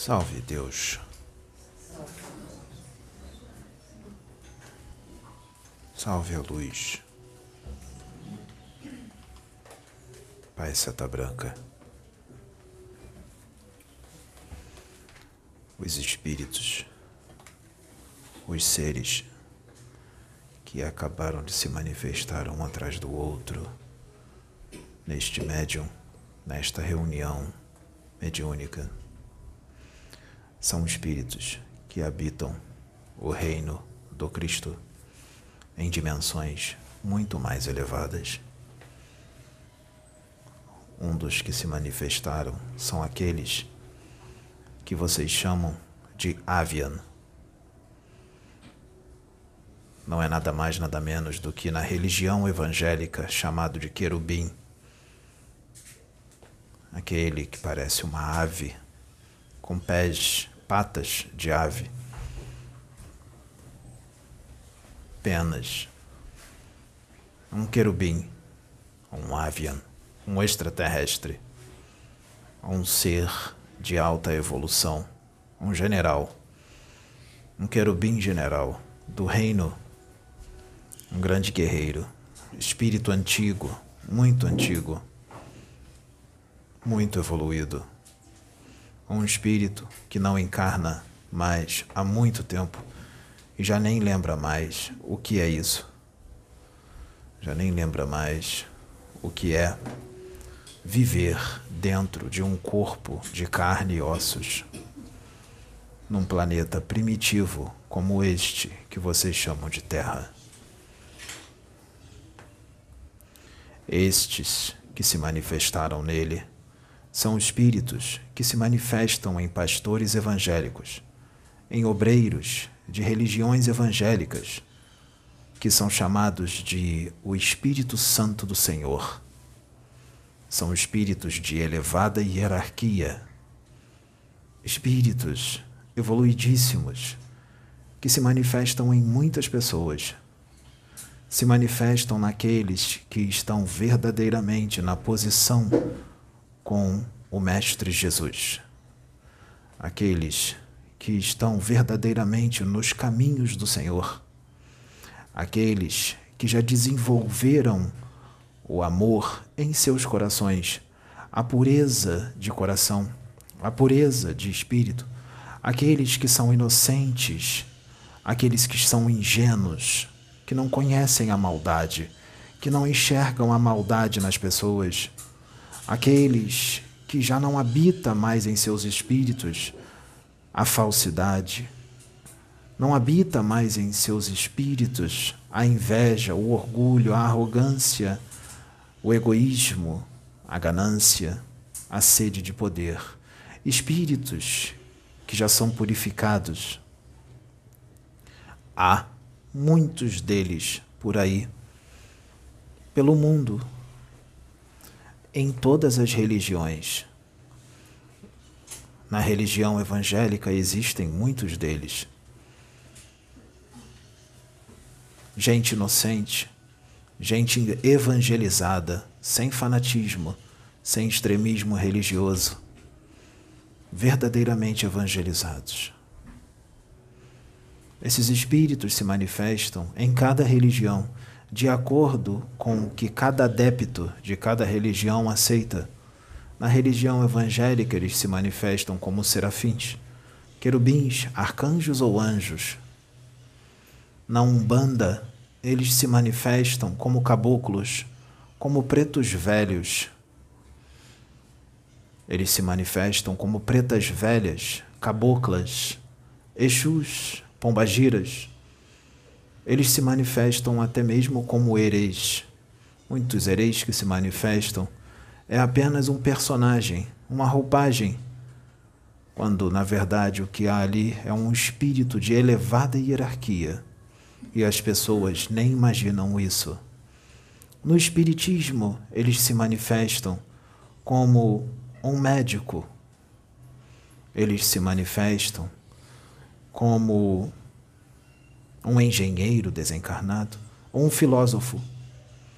Salve Deus. Salve a luz. Pai Seta Branca. Os espíritos, os seres que acabaram de se manifestar um atrás do outro neste médium, nesta reunião mediúnica, são espíritos que habitam o reino do Cristo em dimensões muito mais elevadas. Um dos que se manifestaram são aqueles que vocês chamam de Avian. Não é nada mais, nada menos do que na religião evangélica chamado de querubim. Aquele que parece uma ave, com pés, patas de ave, penas. Um querubim, um Avian, um extraterrestre, um ser de alta evolução, um general, um querubim general do reino, um grande guerreiro, espírito antigo, muito evoluído, um espírito que não encarna mais há muito tempo e já nem lembra mais o que é isso, já nem lembra mais o que é viver dentro de um corpo de carne e ossos, num planeta primitivo como este que vocês chamam de Terra. Estes que se manifestaram nele são espíritos que se manifestam em pastores evangélicos, em obreiros de religiões evangélicas, que são chamados de o Espírito Santo do Senhor. São espíritos de elevada hierarquia, espíritos evoluidíssimos, que se manifestam em muitas pessoas, se manifestam naqueles que estão verdadeiramente na posição com o Mestre Jesus, aqueles que estão verdadeiramente nos caminhos do Senhor, aqueles que já desenvolveram o amor em seus corações, a pureza de coração, a pureza de espírito, aqueles que são inocentes, aqueles que são ingênuos, que não conhecem a maldade, que não enxergam a maldade nas pessoas, aqueles que já não habita mais em seus espíritos a falsidade, não habita mais em seus espíritos a inveja, o orgulho, a arrogância, o egoísmo, a ganância, a sede de poder. Espíritos que já são purificados. Há muitos deles por aí, pelo mundo, em todas as religiões. Na religião evangélica existem muitos deles. Gente inocente, gente evangelizada, sem fanatismo, sem extremismo religioso, verdadeiramente evangelizados. Esses espíritos se manifestam em cada religião, de acordo com o que cada adepto de cada religião aceita. Na religião evangélica eles se manifestam como serafins, querubins, arcanjos ou anjos. Na Umbanda, eles se manifestam como caboclos, como pretos velhos. Eles se manifestam como pretas velhas, caboclas, exus, pombagiras. Eles se manifestam até mesmo como hereis. Muitos hereis que se manifestam é apenas um personagem, uma roupagem, quando, na verdade, o que há ali é um espírito de elevada hierarquia, e as pessoas nem imaginam isso. No espiritismo, eles se manifestam como um médico, eles se manifestam como um engenheiro desencarnado ou um filósofo.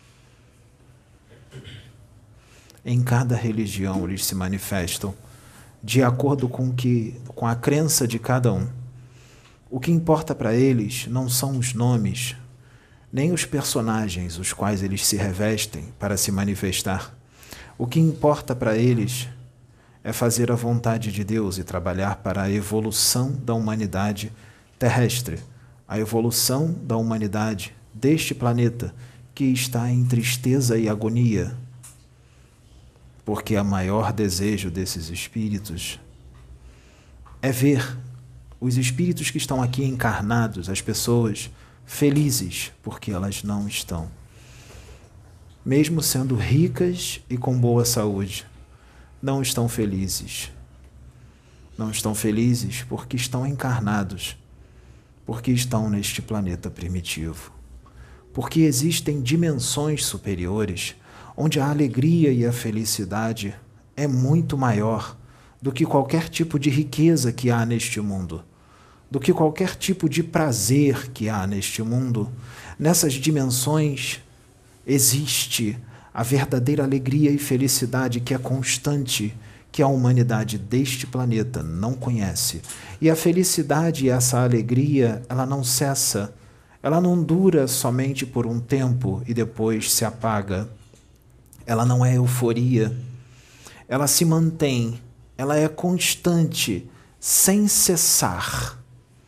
Em cada religião eles se manifestam de acordo com a crença de cada um. O que importa para eles não são os nomes, nem os personagens os quais eles se revestem para se manifestar. O que importa para eles é fazer a vontade de Deus e trabalhar para a evolução da humanidade terrestre, a evolução da humanidade deste planeta que está em tristeza e agonia, porque o maior desejo desses espíritos é ver os espíritos que estão aqui encarnados, as pessoas felizes, porque elas não estão. Mesmo sendo ricas e com boa saúde, não estão felizes. Não estão felizes porque estão encarnados, porque estão neste planeta primitivo. Porque existem dimensões superiores onde a alegria e a felicidade é muito maior do que qualquer tipo de riqueza que há neste mundo, do que qualquer tipo de prazer que há neste mundo. Nessas dimensões existe a verdadeira alegria e felicidade que é constante, que a humanidade deste planeta não conhece. E a felicidade e essa alegria, ela não cessa, ela não dura somente por um tempo e depois se apaga. Ela não é euforia, ela se mantém, ela é constante, sem cessar,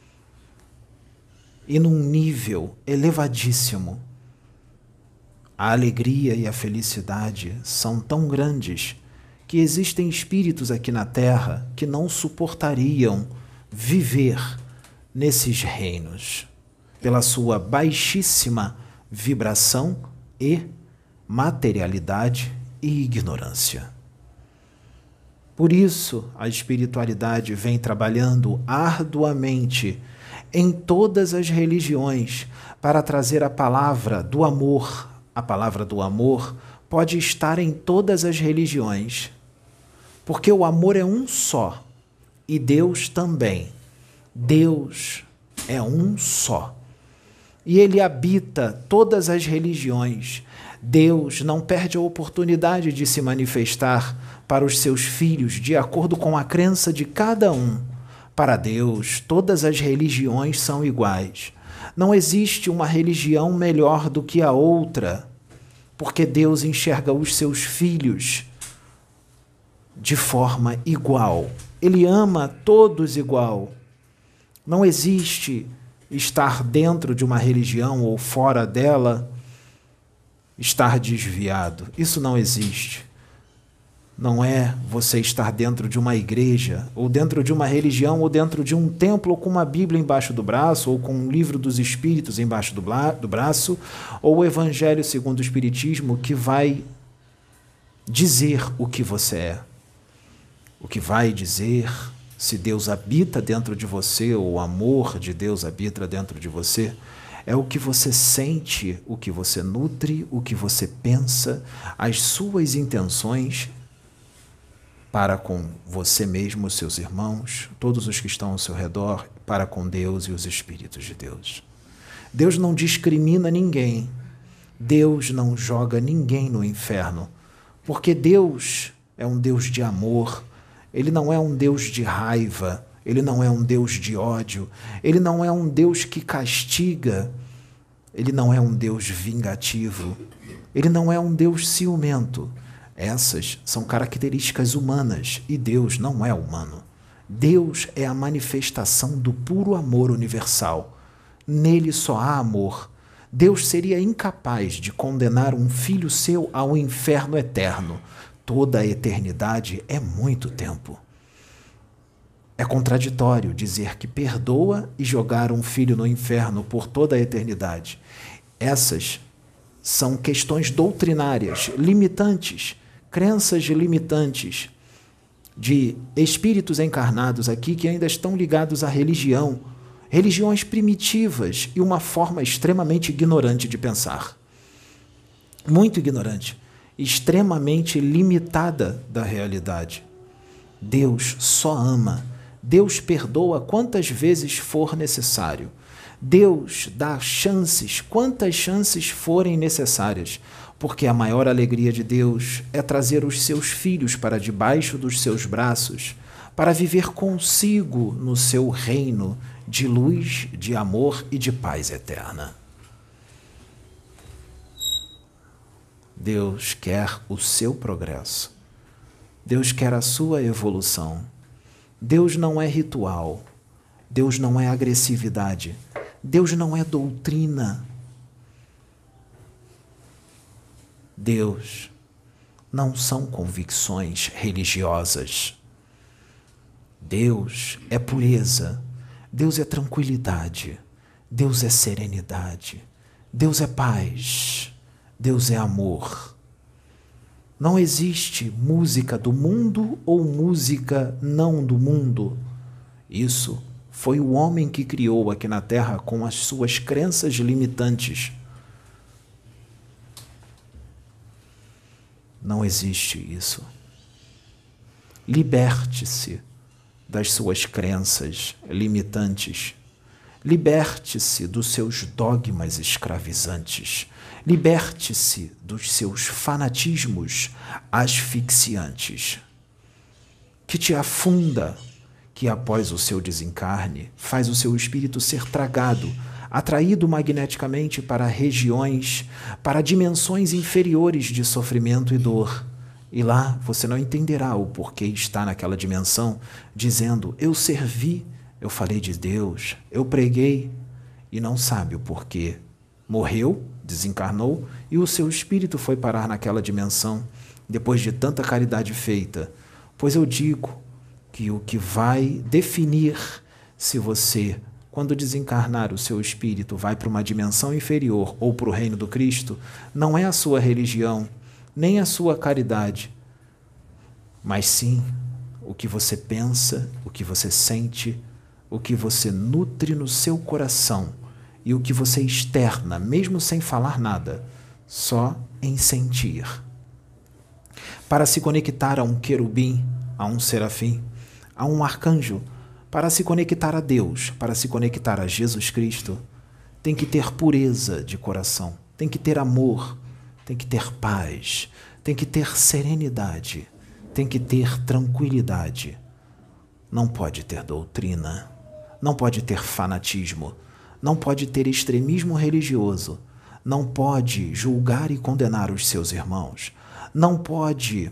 e num nível elevadíssimo. A alegria e a felicidade são tão grandes que existem espíritos aqui na Terra que não suportariam viver nesses reinos, pela sua baixíssima vibração e materialidade e ignorância. Por isso, a espiritualidade vem trabalhando arduamente em todas as religiões para trazer a palavra do amor. A palavra do amor pode estar em todas as religiões, porque o amor é um só e Deus também. Deus é um só e Ele habita todas as religiões. Deus não perde a oportunidade de se manifestar para os seus filhos de acordo com a crença de cada um. Para Deus, todas as religiões são iguais. Não existe uma religião melhor do que a outra, porque Deus enxerga os seus filhos de forma igual. Ele ama todos igual. Não existe estar dentro de uma religião ou fora dela, estar desviado. Isso não existe. Não é você estar dentro de uma igreja, ou dentro de uma religião, ou dentro de um templo com uma Bíblia embaixo do braço, ou com um livro dos Espíritos embaixo do braço, ou o Evangelho segundo o Espiritismo que vai dizer o que você é. O que vai dizer se Deus habita dentro de você, ou o amor de Deus habita dentro de você, é o que você sente, o que você nutre, o que você pensa, as suas intenções para com você mesmo, seus irmãos, todos os que estão ao seu redor, para com Deus e os Espíritos de Deus. Deus não discrimina ninguém. Deus não joga ninguém no inferno, porque Deus é um Deus de amor. Ele não é um Deus de raiva, Ele não é um Deus de ódio, Ele não é um Deus que castiga, Ele não é um Deus vingativo, Ele não é um Deus ciumento. Essas são características humanas e Deus não é humano. Deus é a manifestação do puro amor universal. Nele só há amor. Deus seria incapaz de condenar um filho seu ao inferno eterno. Toda a eternidade é muito tempo. É contraditório dizer que perdoa e jogar um filho no inferno por toda a eternidade. Essas são questões doutrinárias, limitantes, crenças limitantes de espíritos encarnados aqui que ainda estão ligados à religião, religiões primitivas e uma forma extremamente ignorante de pensar. Muito ignorante, extremamente limitada da realidade. Deus só ama, Deus perdoa quantas vezes for necessário. Deus dá chances, quantas chances forem necessárias, porque a maior alegria de Deus é trazer os seus filhos para debaixo dos seus braços, para viver consigo no seu reino de luz, de amor e de paz eterna. Deus quer o seu progresso. Deus quer a sua evolução. Deus não é ritual. Deus não é agressividade. Deus não é doutrina. Deus não são convicções religiosas. Deus é pureza. Deus é tranquilidade. Deus é serenidade. Deus é paz. Deus é amor. Não existe música do mundo ou música não do mundo. Isso foi o homem que criou aqui na Terra com as suas crenças limitantes. Não existe isso. Liberte-se das suas crenças limitantes. Liberte-se dos seus dogmas escravizantes. Liberte-se dos seus fanatismos asfixiantes, que te afunda, que após o seu desencarne faz o seu espírito ser tragado, atraído magneticamente para regiões, para dimensões inferiores de sofrimento e dor. E lá você não entenderá o porquê está naquela dimensão, dizendo, eu servi, eu falei de Deus, eu preguei, e não sabe o porquê. Morreu, desencarnou, e o seu espírito foi parar naquela dimensão, depois de tanta caridade feita. Pois eu digo que o que vai definir se você, quando desencarnar, o seu espírito vai para uma dimensão inferior ou para o reino do Cristo, não é a sua religião, nem a sua caridade, mas sim o que você pensa, o que você sente, o que você nutre no seu coração e o que você externa, mesmo sem falar nada, só em sentir. Para se conectar a um querubim, a um serafim, a um arcanjo, para se conectar a Deus, para se conectar a Jesus Cristo, tem que ter pureza de coração, tem que ter amor, tem que ter paz, tem que ter serenidade, tem que ter tranquilidade. Não pode ter doutrina, não pode ter fanatismo, não pode ter extremismo religioso, não pode julgar e condenar os seus irmãos, não pode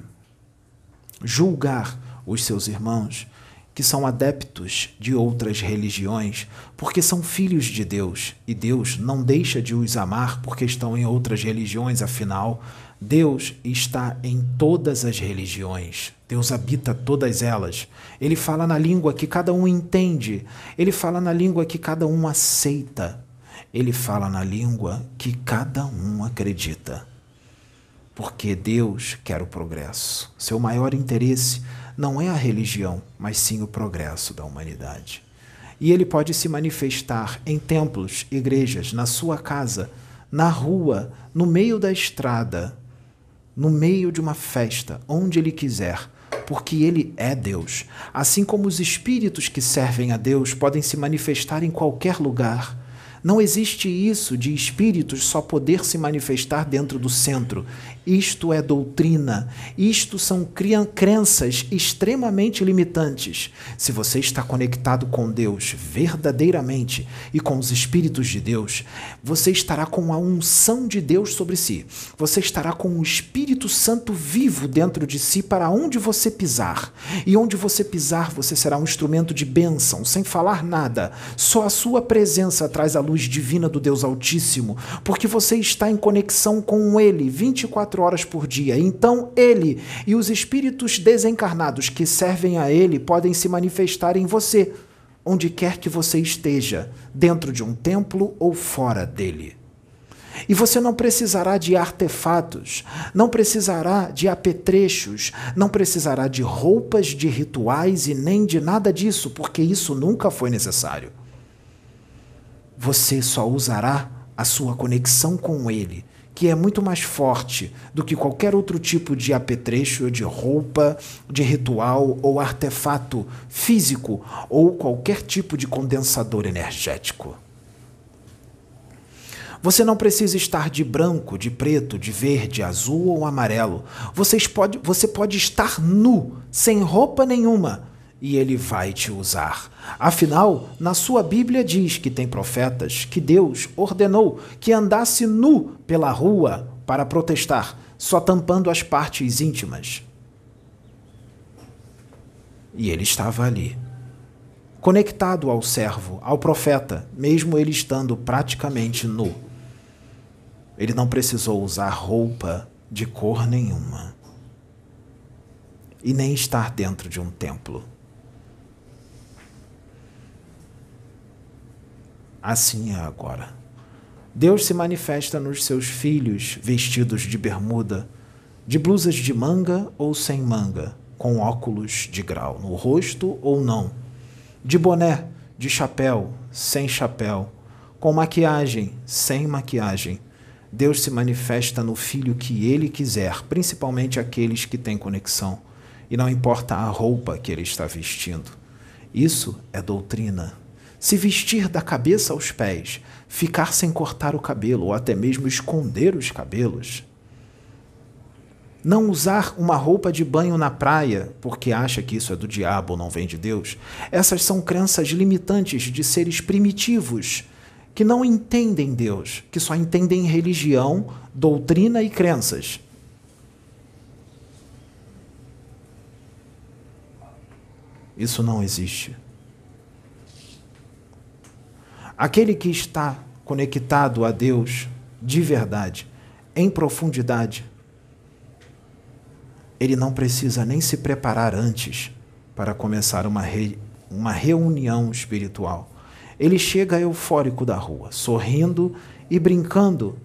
julgar os seus irmãos que são adeptos de outras religiões, porque são filhos de Deus, e Deus não deixa de os amar porque estão em outras religiões, afinal, Deus está em todas as religiões, Deus habita todas elas. Ele fala na língua que cada um entende, ele fala na língua que cada um aceita, ele fala na língua que cada um acredita. Porque Deus quer o progresso. Seu maior interesse não é a religião, mas sim o progresso da humanidade. E ele pode se manifestar em templos, igrejas, na sua casa, na rua, no meio da estrada, no meio de uma festa, onde ele quiser, porque ele é Deus. Assim como os espíritos que servem a Deus podem se manifestar em qualquer lugar. Não existe isso de espíritos só poder se manifestar dentro do centro. Isto é doutrina. Isto são crenças extremamente limitantes. Se você está conectado com Deus verdadeiramente e com os espíritos de Deus, você estará com a unção de Deus sobre si. Você estará com o Espírito Santo vivo dentro de si para onde você pisar. E onde você pisar, você será um instrumento de bênção, sem falar nada. Só a sua presença traz a luz divina do Deus Altíssimo, porque você está em conexão com Ele 24 horas por dia. Então Ele e os espíritos desencarnados que servem a Ele podem se manifestar em você, onde quer que você esteja, dentro de um templo ou fora dele. E você não precisará de artefatos, não precisará de apetrechos, não precisará de roupas, de rituais e nem de nada disso, porque isso nunca foi necessário. Você só usará a sua conexão com Ele, que é muito mais forte do que qualquer outro tipo de apetrecho, de roupa, de ritual ou artefato físico ou qualquer tipo de condensador energético. Você não precisa estar de branco, de preto, de verde, azul ou amarelo. Você pode estar nu, sem roupa nenhuma, e ele vai te usar. Afinal, na sua Bíblia diz que tem profetas que Deus ordenou que andasse nu pela rua para protestar, só tampando as partes íntimas. E ele estava ali, conectado ao servo, ao profeta, mesmo ele estando praticamente nu. Ele não precisou usar roupa de cor nenhuma e nem estar dentro de um templo. Assim é agora. Deus se manifesta nos seus filhos vestidos de bermuda, de blusas de manga ou sem manga, com óculos de grau no rosto ou não, de boné, de chapéu, sem chapéu, com maquiagem, sem maquiagem. Deus se manifesta no filho que ele quiser, principalmente aqueles que têm conexão, e não importa a roupa que ele está vestindo. Isso é doutrina. Se vestir da cabeça aos pés, ficar sem cortar o cabelo ou até mesmo esconder os cabelos. Não usar uma roupa de banho na praia porque acha que isso é do diabo ou não vem de Deus. Essas são crenças limitantes de seres primitivos que não entendem Deus, que só entendem religião, doutrina e crenças. Isso não existe. Aquele que está conectado a Deus de verdade, em profundidade, ele não precisa nem se preparar antes para começar uma reunião espiritual. Ele chega eufórico da rua, sorrindo e brincando.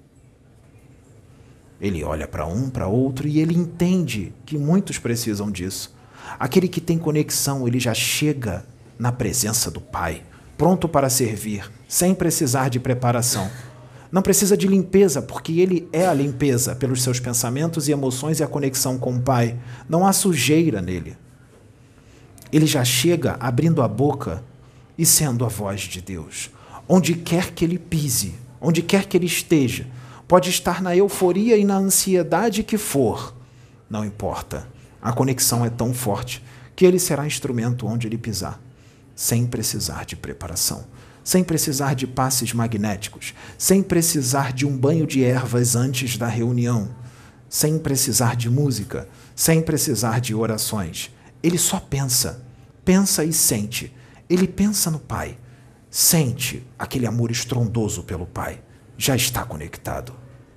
Ele olha para um, para outro e ele entende que muitos precisam disso. Aquele que tem conexão, ele já chega na presença do Pai, pronto para servir, sem precisar de preparação. Não precisa de limpeza, porque ele é a limpeza pelos seus pensamentos e emoções e a conexão com o Pai. Não há sujeira nele. Ele já chega abrindo a boca e sendo a voz de Deus. Onde quer que ele pise, onde quer que ele esteja, pode estar na euforia e na ansiedade que for, não importa. A conexão é tão forte que ele será instrumento onde ele pisar, sem precisar de preparação, sem precisar de passes magnéticos, sem precisar de um banho de ervas antes da reunião, sem precisar de música, sem precisar de orações. Ele só pensa e sente. Ele pensa no Pai, sente aquele amor estrondoso pelo Pai, já está conectado.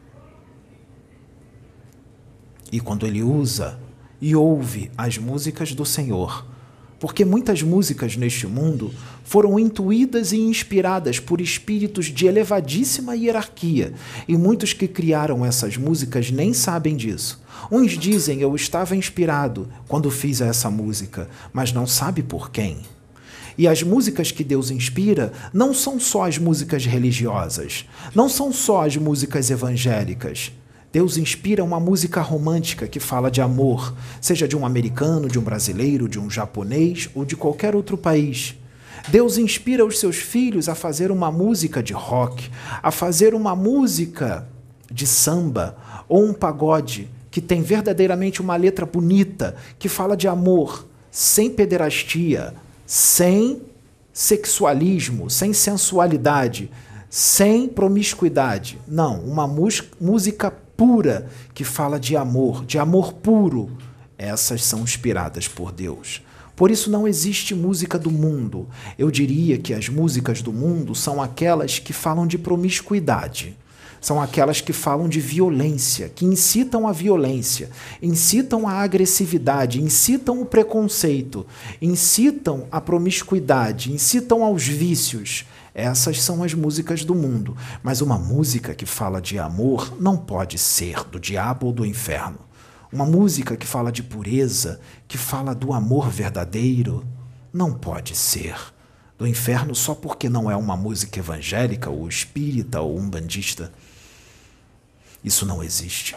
E quando ele usa e ouve as músicas do Senhor, porque muitas músicas neste mundo foram intuídas e inspiradas por espíritos de elevadíssima hierarquia, e muitos que criaram essas músicas nem sabem disso. Uns dizem, eu estava inspirado quando fiz essa música, mas não sabe por quem. E as músicas que Deus inspira não são só as músicas religiosas, não são só as músicas evangélicas. Deus inspira uma música romântica que fala de amor, seja de um americano, de um brasileiro, de um japonês ou de qualquer outro país. Deus inspira os seus filhos a fazer uma música de rock, a fazer uma música de samba ou um pagode que tem verdadeiramente uma letra bonita, que fala de amor, sem pederastia, sem sexualismo, sem sensualidade, sem promiscuidade. Não, uma música pura que fala de amor puro. Essas são inspiradas por Deus. Por isso não existe música do mundo. Eu diria que as músicas do mundo são aquelas que falam de promiscuidade. São aquelas que falam de violência, que incitam a violência, incitam a agressividade, incitam o preconceito, incitam a promiscuidade, incitam aos vícios. Essas são as músicas do mundo. Mas uma música que fala de amor não pode ser do diabo ou do inferno. Uma música que fala de pureza, que fala do amor verdadeiro, não pode ser do inferno só porque não é uma música evangélica ou espírita ou umbandista. Isso não existe.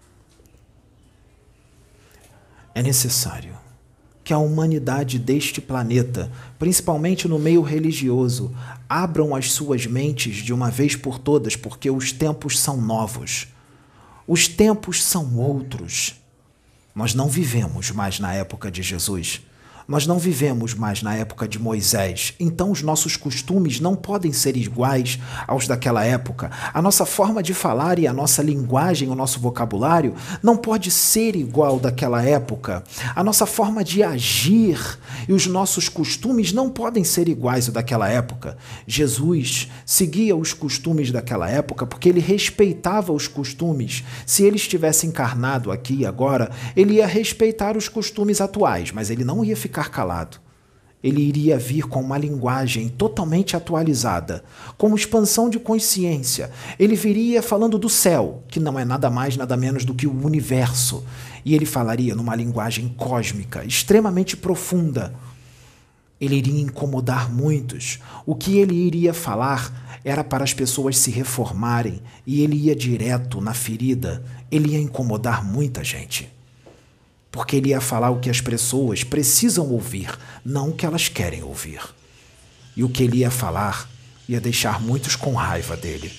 É necessário que a humanidade deste planeta, principalmente no meio religioso, abram as suas mentes de uma vez por todas, porque os tempos são novos. Os tempos são outros. Nós não vivemos mais na época de Jesus. Nós não vivemos mais na época de Moisés, então os nossos costumes não podem ser iguais aos daquela época. A nossa forma de falar e a nossa linguagem, o nosso vocabulário, não pode ser igual daquela época. A nossa forma de agir e os nossos costumes não podem ser iguais ao daquela época. Jesus seguia os costumes daquela época porque ele respeitava os costumes. Se ele estivesse encarnado aqui e agora, ele ia respeitar os costumes atuais, mas ele não ia ficar calado. Ele iria vir com uma linguagem totalmente atualizada, com expansão de consciência. Ele viria falando do céu, que não é nada mais, nada menos do que o universo. E ele falaria numa linguagem cósmica, extremamente profunda. Ele iria incomodar muitos. O que ele iria falar era para as pessoas se reformarem, e ele ia direto na ferida. Ele ia incomodar muita gente. Porque ele ia falar o que as pessoas precisam ouvir, não o que elas querem ouvir. E o que ele ia falar ia deixar muitos com raiva dele.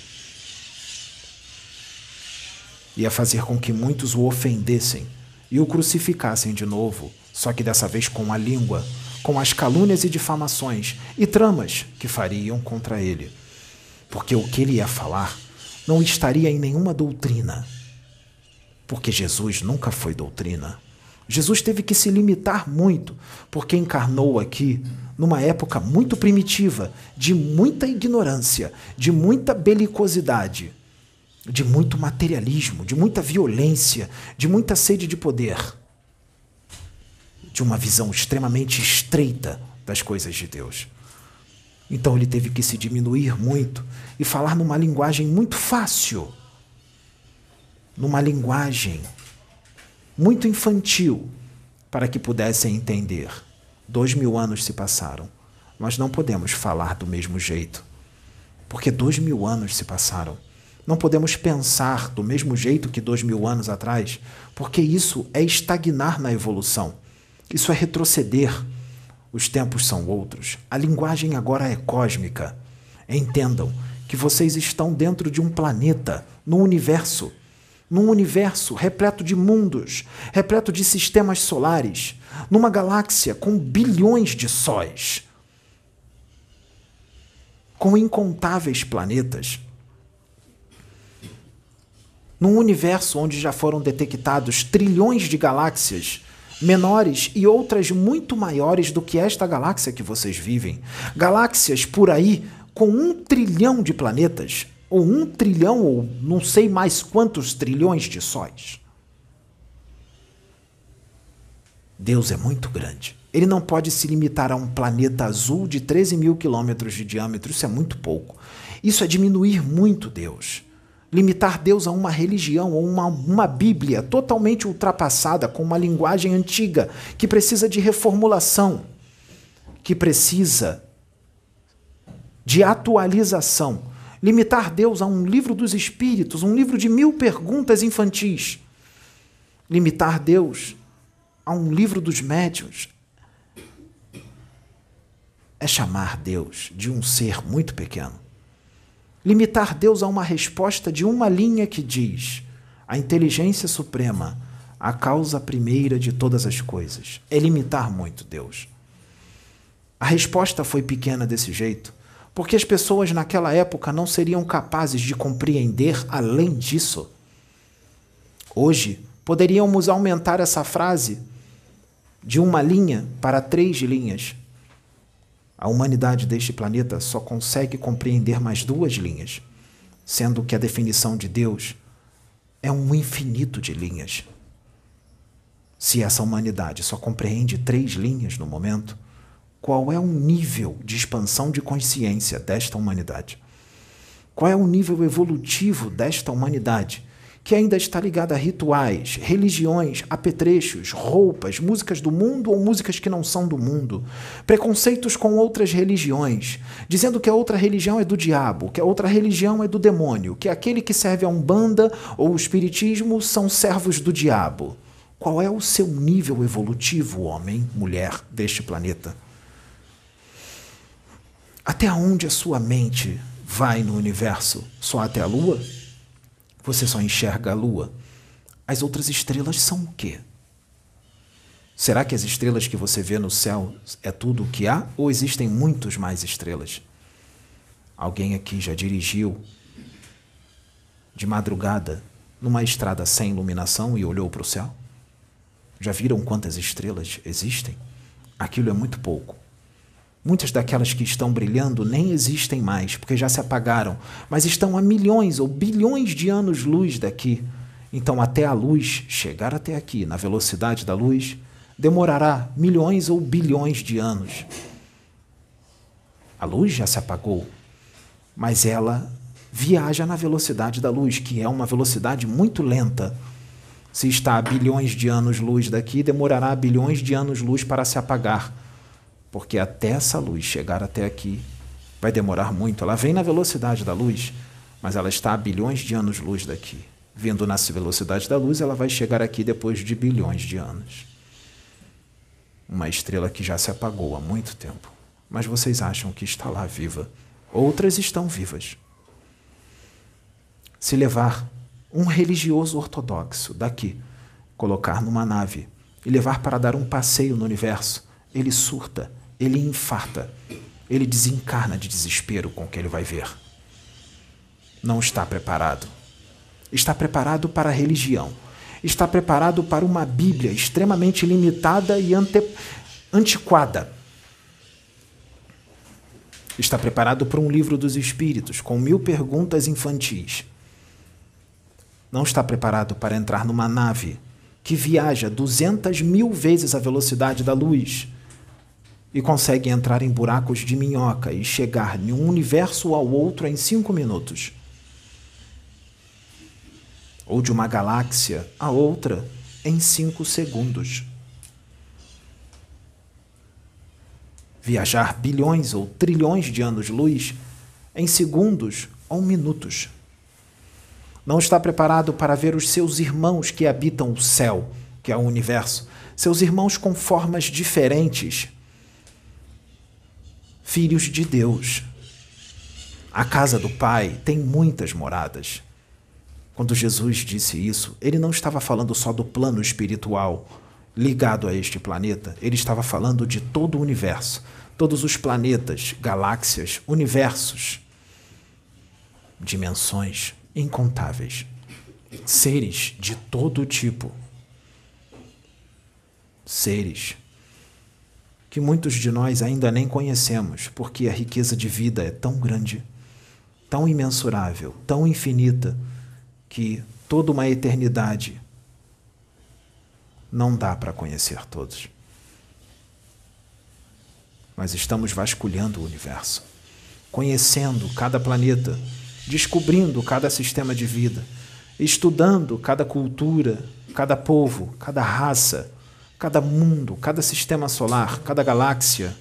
Ia fazer com que muitos o ofendessem e o crucificassem de novo, só que dessa vez com a língua, com as calúnias e difamações e tramas que fariam contra ele. Porque o que ele ia falar não estaria em nenhuma doutrina. Porque Jesus nunca foi doutrina. Jesus teve que se limitar muito, porque encarnou aqui numa época muito primitiva, de muita ignorância, de muita belicosidade, de muito materialismo, de muita violência, de muita sede de poder, de uma visão extremamente estreita das coisas de Deus. Então ele teve que se diminuir muito e falar numa linguagem muito fácil, numa linguagem muito infantil, para que pudessem entender. 2000 anos se passaram. Nós não podemos falar do mesmo jeito, porque 2000 anos se passaram. Não podemos pensar do mesmo jeito que 2000 anos atrás, porque isso é estagnar na evolução. Isso é retroceder. Os tempos são outros. A linguagem agora é cósmica. Entendam que vocês estão dentro de um planeta, no universo. Num universo repleto de mundos, repleto de sistemas solares, numa galáxia com bilhões de sóis, com incontáveis planetas, num universo onde já foram detectados trilhões de galáxias menores e outras muito maiores do que esta galáxia que vocês vivem, galáxias por aí com 1 trilhão de planetas, ou 1 trilhão, ou não sei mais quantos trilhões de sóis. Deus é muito grande. Ele não pode se limitar a um planeta azul de 13 mil quilômetros de diâmetro. Isso é muito pouco. Isso é diminuir muito Deus. Limitar Deus a uma religião ou uma Bíblia totalmente ultrapassada, com uma linguagem antiga, que precisa de reformulação, que precisa de atualização. Limitar Deus a um livro dos espíritos, um livro de 1000 perguntas infantis. Limitar Deus a um livro dos médiuns é chamar Deus de um ser muito pequeno. Limitar Deus a uma resposta de uma linha que diz: a inteligência suprema, a causa primeira de todas as coisas. É limitar muito Deus. A resposta foi pequena desse jeito, porque as pessoas naquela época não seriam capazes de compreender além disso. Hoje, poderíamos aumentar essa frase de uma linha para 3 linhas. A humanidade deste planeta só consegue compreender mais 2 linhas, sendo que a definição de Deus é um infinito de linhas. Se essa humanidade só compreende 3 linhas no momento, qual é o nível de expansão de consciência desta humanidade? Qual é o nível evolutivo desta humanidade, que ainda está ligada a rituais, religiões, apetrechos, roupas, músicas do mundo ou músicas que não são do mundo, preconceitos com outras religiões, dizendo que a outra religião é do diabo, que a outra religião é do demônio, que aquele que serve a Umbanda ou o Espiritismo são servos do diabo. Qual é o seu nível evolutivo, homem, mulher, deste planeta? Até onde a sua mente vai no universo? Só até a Lua? Você só enxerga a Lua. As outras estrelas são o quê? Será que as estrelas que você vê no céu é tudo o que há ou existem muitos mais estrelas? Alguém aqui já dirigiu de madrugada numa estrada sem iluminação e olhou para o céu? Já viram quantas estrelas existem? Aquilo é muito pouco. Muitas daquelas que estão brilhando nem existem mais, porque já se apagaram, mas estão a milhões ou bilhões de anos-luz daqui. Então, até a luz chegar até aqui, na velocidade da luz, demorará milhões ou bilhões de anos. A luz já se apagou, mas ela viaja na velocidade da luz, que é uma velocidade muito lenta. Se está a bilhões de anos-luz daqui, demorará bilhões de anos-luz para se apagar, porque até essa luz chegar até aqui vai demorar muito. Ela vem na velocidade da luz, mas ela está a bilhões de anos-luz daqui. Vindo na velocidade da luz, ela vai chegar aqui depois de bilhões de anos. Uma estrela que já se apagou há muito tempo, mas vocês acham que está lá viva. Outras estão vivas. Se levar um religioso ortodoxo daqui, colocar numa nave e levar para dar um passeio no universo, ele surta, ele infarta, ele desencarna de desespero com o que ele vai ver. Não está preparado. Está preparado para a religião. Está preparado para uma Bíblia extremamente limitada e antiquada. Está preparado para um livro dos espíritos com 1000 perguntas infantis. Não está preparado para entrar numa nave que viaja 200.000 vezes a velocidade da luz e consegue entrar em buracos de minhoca e chegar de um universo ao outro em 5 minutos. Ou de uma galáxia a outra em 5 segundos. Viajar bilhões ou trilhões de anos-luz em segundos ou minutos. Não está preparado para ver os seus irmãos que habitam o céu, que é o universo, seus irmãos com formas diferentes, filhos de Deus. A casa do Pai tem muitas moradas. Quando Jesus disse isso, ele não estava falando só do plano espiritual ligado a este planeta, ele estava falando de todo o universo, todos os planetas, galáxias, universos, dimensões incontáveis, seres de todo tipo, seres que muitos de nós ainda nem conhecemos, porque a riqueza de vida é tão grande, tão imensurável, tão infinita, que toda uma eternidade não dá para conhecer todos. Mas estamos vasculhando o universo, conhecendo cada planeta, descobrindo cada sistema de vida, estudando cada cultura, cada povo, cada raça, cada mundo, cada sistema solar, cada galáxia.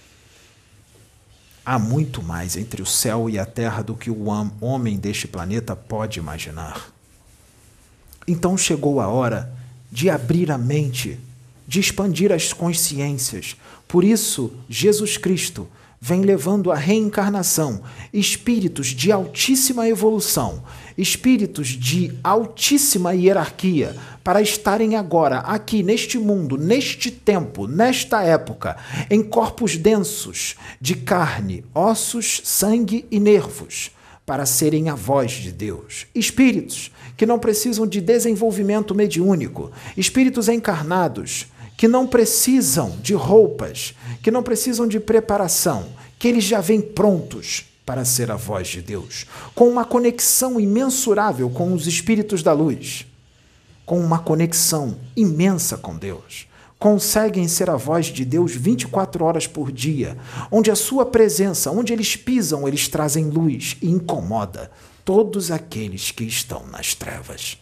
Há muito mais entre o céu e a terra do que o homem deste planeta pode imaginar. Então chegou a hora de abrir a mente, de expandir as consciências. Por isso, Jesus Cristo vem levando a reencarnação, espíritos de altíssima evolução, espíritos de altíssima hierarquia, para estarem agora aqui neste mundo, neste tempo, nesta época, em corpos densos de carne, ossos, sangue e nervos, para serem a voz de Deus. Espíritos que não precisam de desenvolvimento mediúnico, espíritos encarnados que não precisam de roupas, que não precisam de preparação, que eles já vêm prontos para ser a voz de Deus, com uma conexão imensurável com os espíritos da luz, com uma conexão imensa com Deus. Conseguem ser a voz de Deus 24 horas por dia, onde a sua presença, onde eles pisam, eles trazem luz e incomoda todos aqueles que estão nas trevas.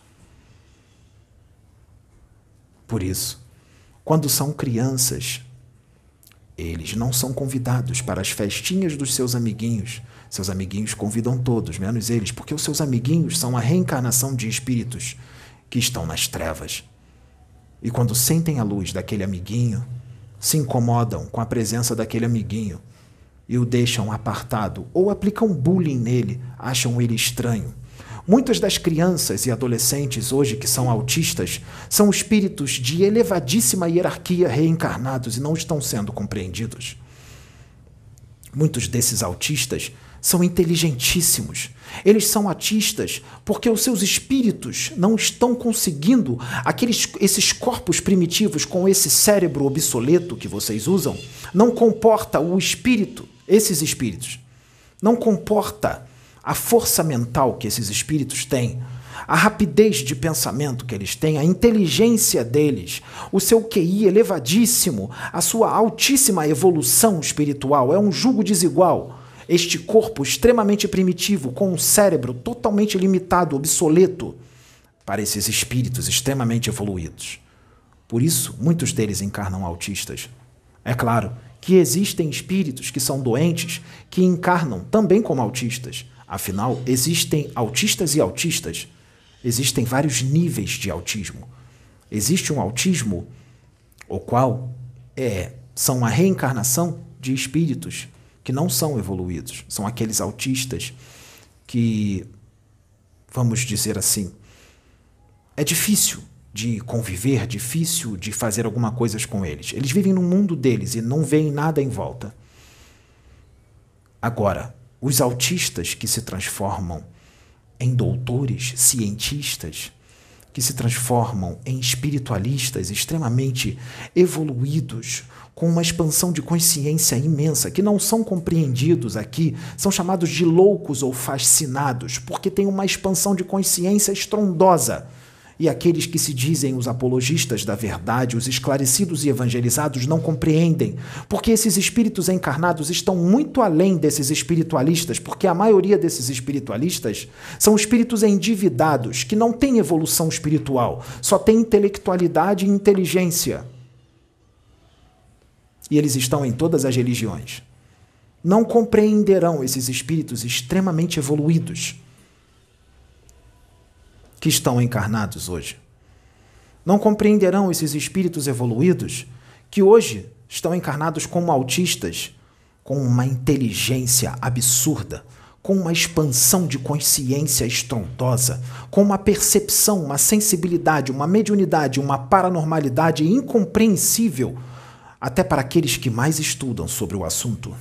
Por isso, quando são crianças, eles não são convidados para as festinhas dos seus amiguinhos. Seus amiguinhos convidam todos, menos eles, porque os seus amiguinhos são a reencarnação de espíritos que estão nas trevas. E quando sentem a luz daquele amiguinho, se incomodam com a presença daquele amiguinho e o deixam apartado ou aplicam bullying nele, acham ele estranho. Muitas das crianças e adolescentes hoje que são autistas são espíritos de elevadíssima hierarquia reencarnados e não estão sendo compreendidos. Muitos desses autistas são inteligentíssimos. Eles são autistas porque os seus espíritos não estão conseguindo, esses corpos primitivos com esse cérebro obsoleto que vocês usam, não comporta o espírito, esses espíritos, não comporta a força mental que esses espíritos têm, a rapidez de pensamento que eles têm, a inteligência deles, o seu QI elevadíssimo, a sua altíssima evolução espiritual. É um jugo desigual. Este corpo extremamente primitivo, com um cérebro totalmente limitado, obsoleto, para esses espíritos extremamente evoluídos. Por isso, muitos deles encarnam autistas. É claro que existem espíritos que são doentes que encarnam também como autistas. Afinal, existem autistas e autistas. Existem vários níveis de autismo. Existe um autismo, o qual são a reencarnação de espíritos que não são evoluídos. São aqueles autistas que, vamos dizer assim, é difícil de conviver, difícil de fazer alguma coisa com eles. Eles vivem no mundo deles e não veem nada em volta. Agora, os autistas que se transformam em doutores, cientistas, que se transformam em espiritualistas extremamente evoluídos, com uma expansão de consciência imensa, que não são compreendidos aqui, são chamados de loucos ou fascinados, porque têm uma expansão de consciência estrondosa. E aqueles que se dizem os apologistas da verdade, os esclarecidos e evangelizados, não compreendem, porque esses espíritos encarnados estão muito além desses espiritualistas, porque a maioria desses espiritualistas são espíritos endividados, que não têm evolução espiritual, só têm intelectualidade e inteligência. E eles estão em todas as religiões. Não compreenderão esses espíritos extremamente evoluídos que estão encarnados hoje. Não compreenderão esses espíritos evoluídos que hoje estão encarnados como autistas, com uma inteligência absurda, com uma expansão de consciência estrondosa, com uma percepção, uma sensibilidade, uma mediunidade, uma paranormalidade incompreensível até para aqueles que mais estudam sobre o assunto.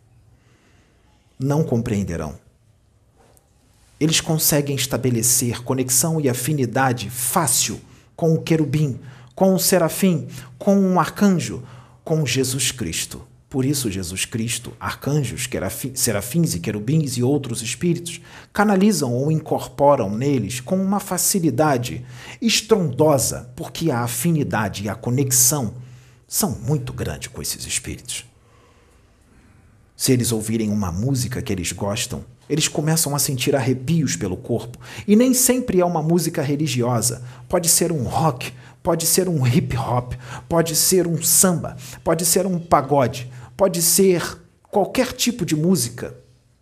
Não compreenderão. Eles conseguem estabelecer conexão e afinidade fácil com o querubim, com o serafim, com um arcanjo, com Jesus Cristo. Por isso, Jesus Cristo, arcanjos, serafins e querubins e outros espíritos canalizam ou incorporam neles com uma facilidade estrondosa, porque a afinidade e a conexão são muito grandes com esses espíritos. Se eles ouvirem uma música que eles gostam, eles começam a sentir arrepios pelo corpo. E nem sempre é uma música religiosa. Pode ser um rock, pode ser um hip hop, pode ser um samba, pode ser um pagode, pode ser qualquer tipo de música.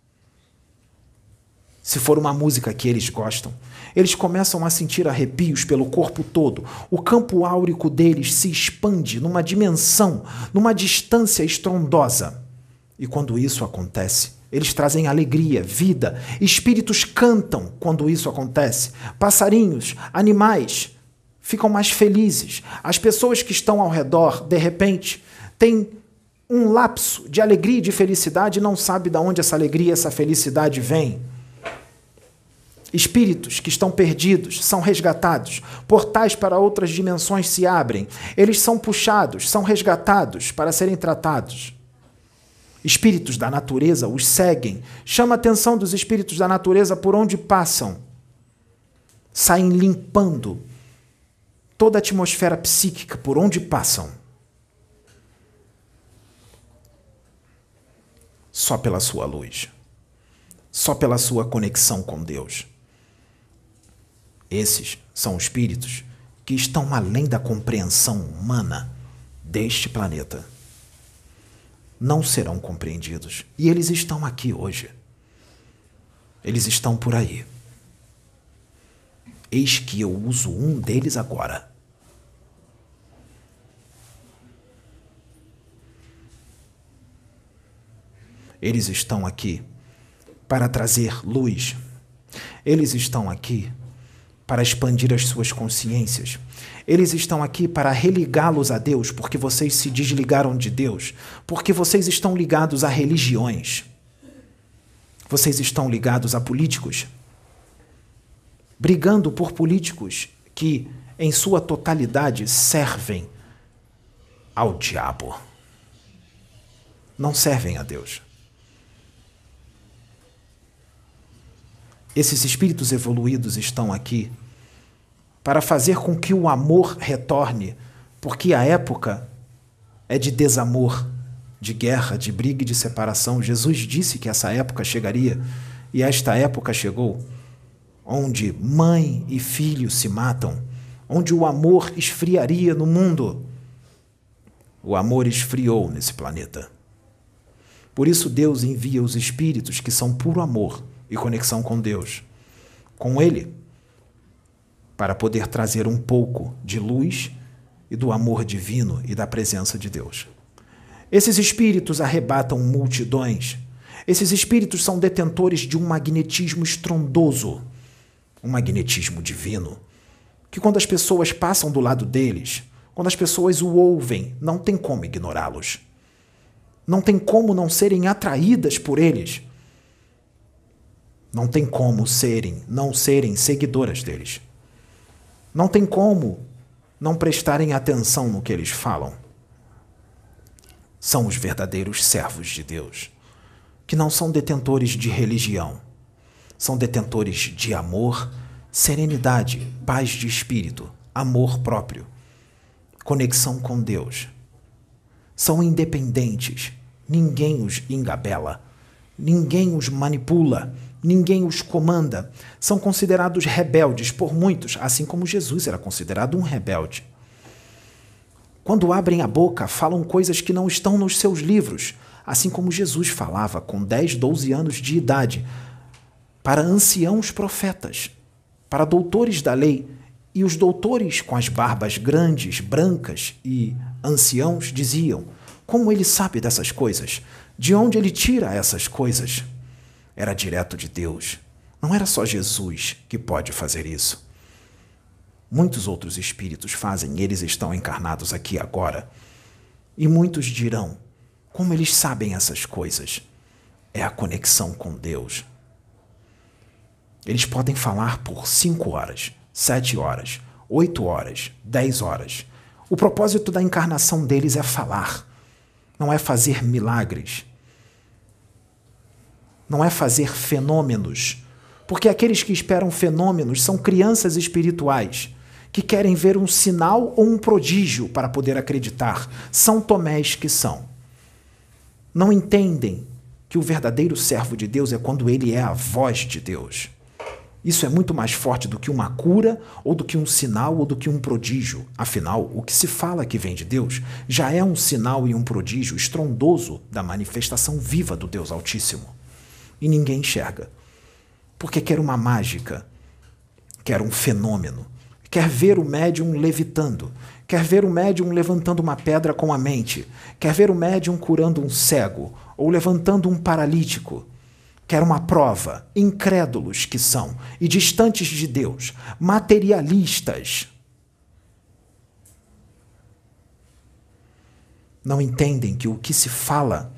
Se for uma música que eles gostam, eles começam a sentir arrepios pelo corpo todo. O campo áurico deles se expande numa dimensão, numa distância estrondosa. E quando isso acontece, eles trazem alegria, vida. Espíritos cantam quando isso acontece. Passarinhos, animais ficam mais felizes. As pessoas que estão ao redor, de repente, têm um lapso de alegria e de felicidade e não sabem de onde essa alegria e essa felicidade vem. Espíritos que estão perdidos são resgatados. Portais para outras dimensões se abrem. Eles são puxados, são resgatados para serem tratados. Espíritos da natureza os seguem. Chama a atenção dos espíritos da natureza por onde passam. Saem limpando toda a atmosfera psíquica por onde passam. Só pela sua luz. Só pela sua conexão com Deus. Esses são espíritos que estão além da compreensão humana deste planeta. Não serão compreendidos. E eles estão aqui hoje. Eles estão por aí. Eis que eu uso um deles agora. Eles estão aqui para trazer luz. Eles estão aqui para expandir as suas consciências. Eles estão aqui para religá-los a Deus, porque vocês se desligaram de Deus, porque vocês estão ligados a religiões. Vocês estão ligados a políticos, brigando por políticos que, em sua totalidade, servem ao diabo. Não servem a Deus. Esses espíritos evoluídos estão aqui para fazer com que o amor retorne, porque a época é de desamor, de guerra, de briga e de separação. Jesus disse que essa época chegaria, e esta época chegou, onde mãe e filho se matam, onde o amor esfriaria no mundo. O amor esfriou nesse planeta. Por isso Deus envia os espíritos que são puro amor e conexão com Deus, com Ele, para poder trazer um pouco de luz e do amor divino e da presença de Deus. Esses espíritos arrebatam multidões. Esses espíritos são detentores de um magnetismo estrondoso, um magnetismo divino, que quando as pessoas passam do lado deles, quando as pessoas o ouvem, não tem como ignorá-los. Não tem como não serem atraídas por eles. Não tem como não serem seguidoras deles. Não tem como não prestarem atenção no que eles falam. São os verdadeiros servos de Deus, que não são detentores de religião, são detentores de amor, serenidade, paz de espírito, amor próprio, conexão com Deus. São independentes, ninguém os engabela, ninguém os manipula, ninguém os comanda. São considerados rebeldes por muitos, assim como Jesus era considerado um rebelde. Quando abrem a boca, falam coisas que não estão nos seus livros, assim como Jesus falava com 10, 12 anos de idade, para anciãos profetas, para doutores da lei, e os doutores com as barbas grandes, brancas e anciãos diziam: como ele sabe dessas coisas? De onde ele tira essas coisas? Era direto de Deus. Não era só Jesus que pode fazer isso. Muitos outros espíritos fazem, eles estão encarnados aqui agora. E muitos dirão: como eles sabem essas coisas? É a conexão com Deus. Eles podem falar por 5 horas, 7 horas, 8 horas, 10 horas. O propósito da encarnação deles é falar, não é fazer milagres, não é fazer fenômenos, porque aqueles que esperam fenômenos são crianças espirituais que querem ver um sinal ou um prodígio para poder acreditar. São Tomés que são. Não entendem que o verdadeiro servo de Deus é quando ele é a voz de Deus. Isso é muito mais forte do que uma cura, ou do que um sinal, ou do que um prodígio. Afinal, o que se fala que vem de Deus já é um sinal e um prodígio estrondoso da manifestação viva do Deus Altíssimo. E ninguém enxerga. Porque quer uma mágica, quer um fenômeno, quer ver o médium levitando, quer ver o médium levantando uma pedra com a mente, quer ver o médium curando um cego ou levantando um paralítico. Quer uma prova, incrédulos que são, e distantes de Deus, materialistas. Não entendem que o que se fala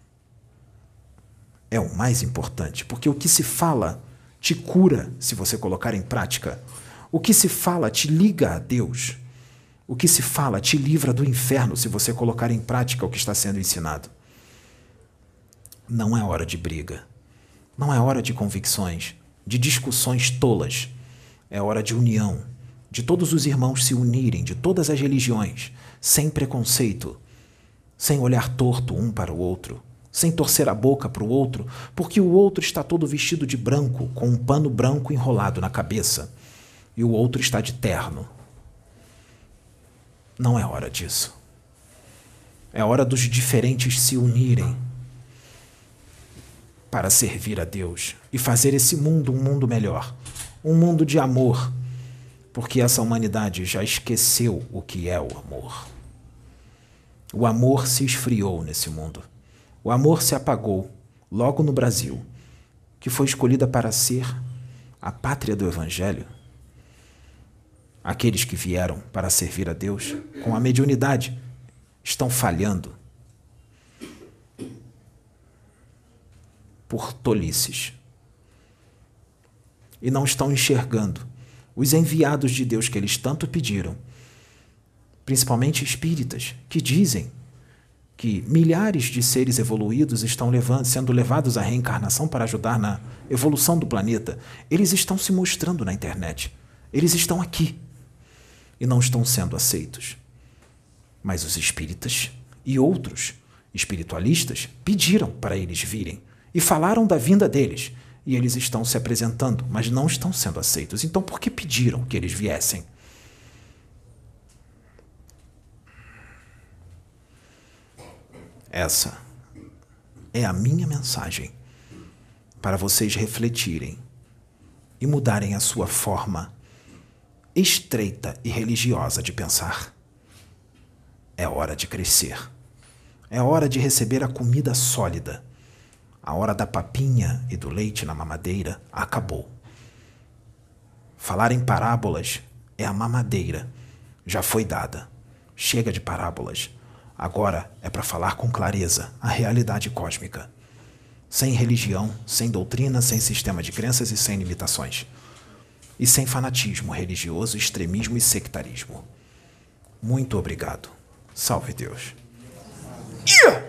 é o mais importante, porque o que se fala te cura se você colocar em prática. O que se fala te liga a Deus. O que se fala te livra do inferno se você colocar em prática o que está sendo ensinado. Não é hora de briga. Não é hora de convicções, de discussões tolas. É hora de união, de todos os irmãos se unirem, de todas as religiões, sem preconceito, sem olhar torto um para o outro, sem torcer a boca para o outro, porque o outro está todo vestido de branco, com um pano branco enrolado na cabeça, e o outro está de terno. Não é hora disso. É hora dos diferentes se unirem para servir a Deus e fazer esse mundo um mundo melhor, um mundo de amor, porque essa humanidade já esqueceu o que é o amor. O amor se esfriou nesse mundo. O amor se apagou logo no Brasil, que foi escolhida para ser a pátria do Evangelho, aqueles que vieram para servir a Deus com a mediunidade, estão falhando por tolices e não estão enxergando os enviados de Deus que eles tanto pediram, principalmente espíritas, que dizem que milhares de seres evoluídos estão sendo levados à reencarnação para ajudar na evolução do planeta. Eles estão se mostrando na internet. Eles estão aqui e não estão sendo aceitos. Mas os espíritas e outros espiritualistas pediram para eles virem e falaram da vinda deles. E eles estão se apresentando, mas não estão sendo aceitos. Então, por que pediram que eles viessem? Essa é a minha mensagem para vocês refletirem e mudarem a sua forma estreita e religiosa de pensar. É hora de crescer. É hora de receber a comida sólida. A hora da papinha e do leite na mamadeira acabou. Falar em parábolas é a mamadeira. Já foi dada. Chega de parábolas. Agora é para falar com clareza a realidade cósmica. Sem religião, sem doutrina, sem sistema de crenças e sem limitações. E sem fanatismo religioso, extremismo e sectarismo. Muito obrigado. Salve Deus. Yeah!